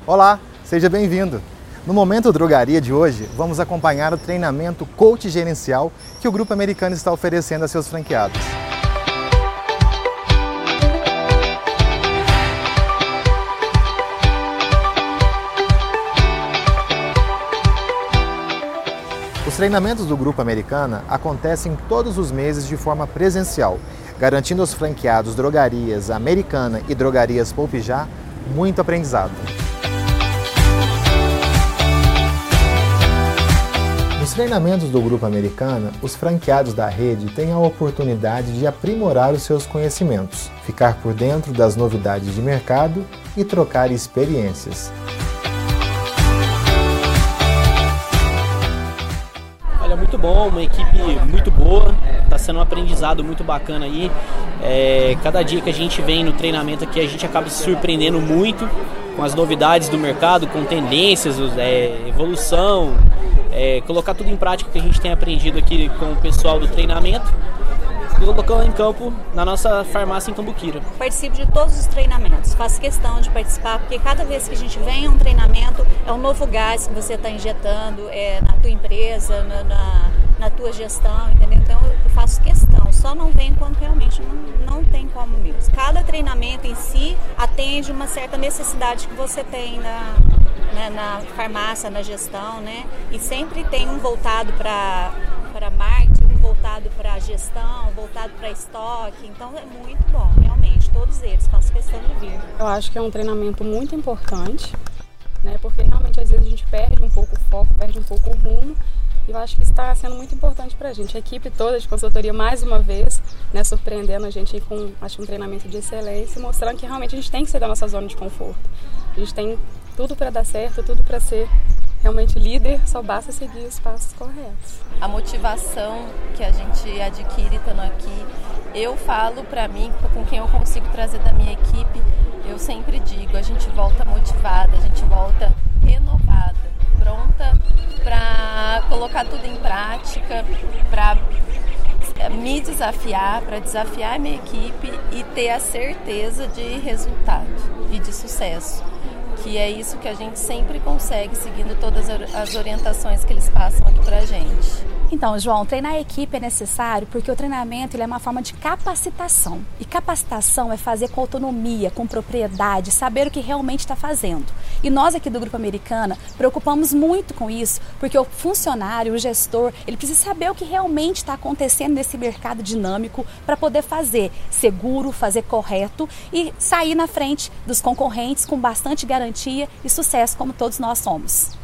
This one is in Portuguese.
Olá, seja bem-vindo! No Momento Drogaria de hoje, vamos acompanhar o treinamento Coach Gerencial que o Grupo Americana está oferecendo a seus franqueados. Os treinamentos do Grupo Americana acontecem todos os meses de forma presencial, garantindo aos franqueados Drogarias Americana e Drogarias Poupe Já muito aprendizado. Nos treinamentos do Grupo Americana, os franqueados da rede têm a oportunidade de aprimorar os seus conhecimentos, ficar por dentro das novidades de mercado e trocar experiências. Olha, muito bom, uma equipe muito boa, está sendo um aprendizado muito bacana aí. Cada dia que a gente vem no treinamento aqui, a gente acaba se surpreendendo muito com as novidades do mercado, com tendências, evolução, colocar tudo em prática que a gente tem aprendido aqui com o pessoal do treinamento e colocar em campo na nossa farmácia em Cambuquira. Participo de todos os treinamentos, faço questão de participar, porque cada vez que a gente vem a um treinamento é um novo gás que você está injetando na tua empresa, na tua gestão, entendeu? Então eu faço questão, só não venho quando realmente não tem como mesmo. Cada treinamento em si atende uma certa necessidade que você tem na farmácia, na gestão, né? E sempre tem um voltado para marketing, um voltado para gestão, voltado para estoque. Então é muito bom, realmente, todos eles, faço questão de vir. Eu acho que é um treinamento muito importante, né? Porque realmente às vezes a gente perde um pouco o foco, perde um pouco o rumo. E eu acho que está sendo muito importante para a gente. A equipe toda de consultoria, mais uma vez, né, surpreendendo a gente com um treinamento de excelência, mostrando que realmente a gente tem que sair da nossa zona de conforto. A gente tem tudo para dar certo, tudo para ser realmente líder, só basta seguir os passos corretos. A motivação que a gente adquire estando aqui, eu falo para mim, com quem eu consigo trazer da minha equipe, eu sempre digo, a gente volta motivada, a gente volta renovada, pronta para colocar tudo em prática, para me desafiar, para desafiar a minha equipe e ter a certeza de resultado e de sucesso. Que é isso que a gente sempre consegue, seguindo todas as orientações que eles passam aqui pra gente. Então, João, treinar a equipe é necessário porque o treinamento ele é uma forma de capacitação. E capacitação é fazer com autonomia, com propriedade, saber o que realmente está fazendo. E nós aqui do Grupo Americana preocupamos muito com isso, porque o funcionário, o gestor, ele precisa saber o que realmente está acontecendo nesse mercado dinâmico para poder fazer seguro, fazer correto e sair na frente dos concorrentes com bastante garantia e sucesso, como todos nós somos.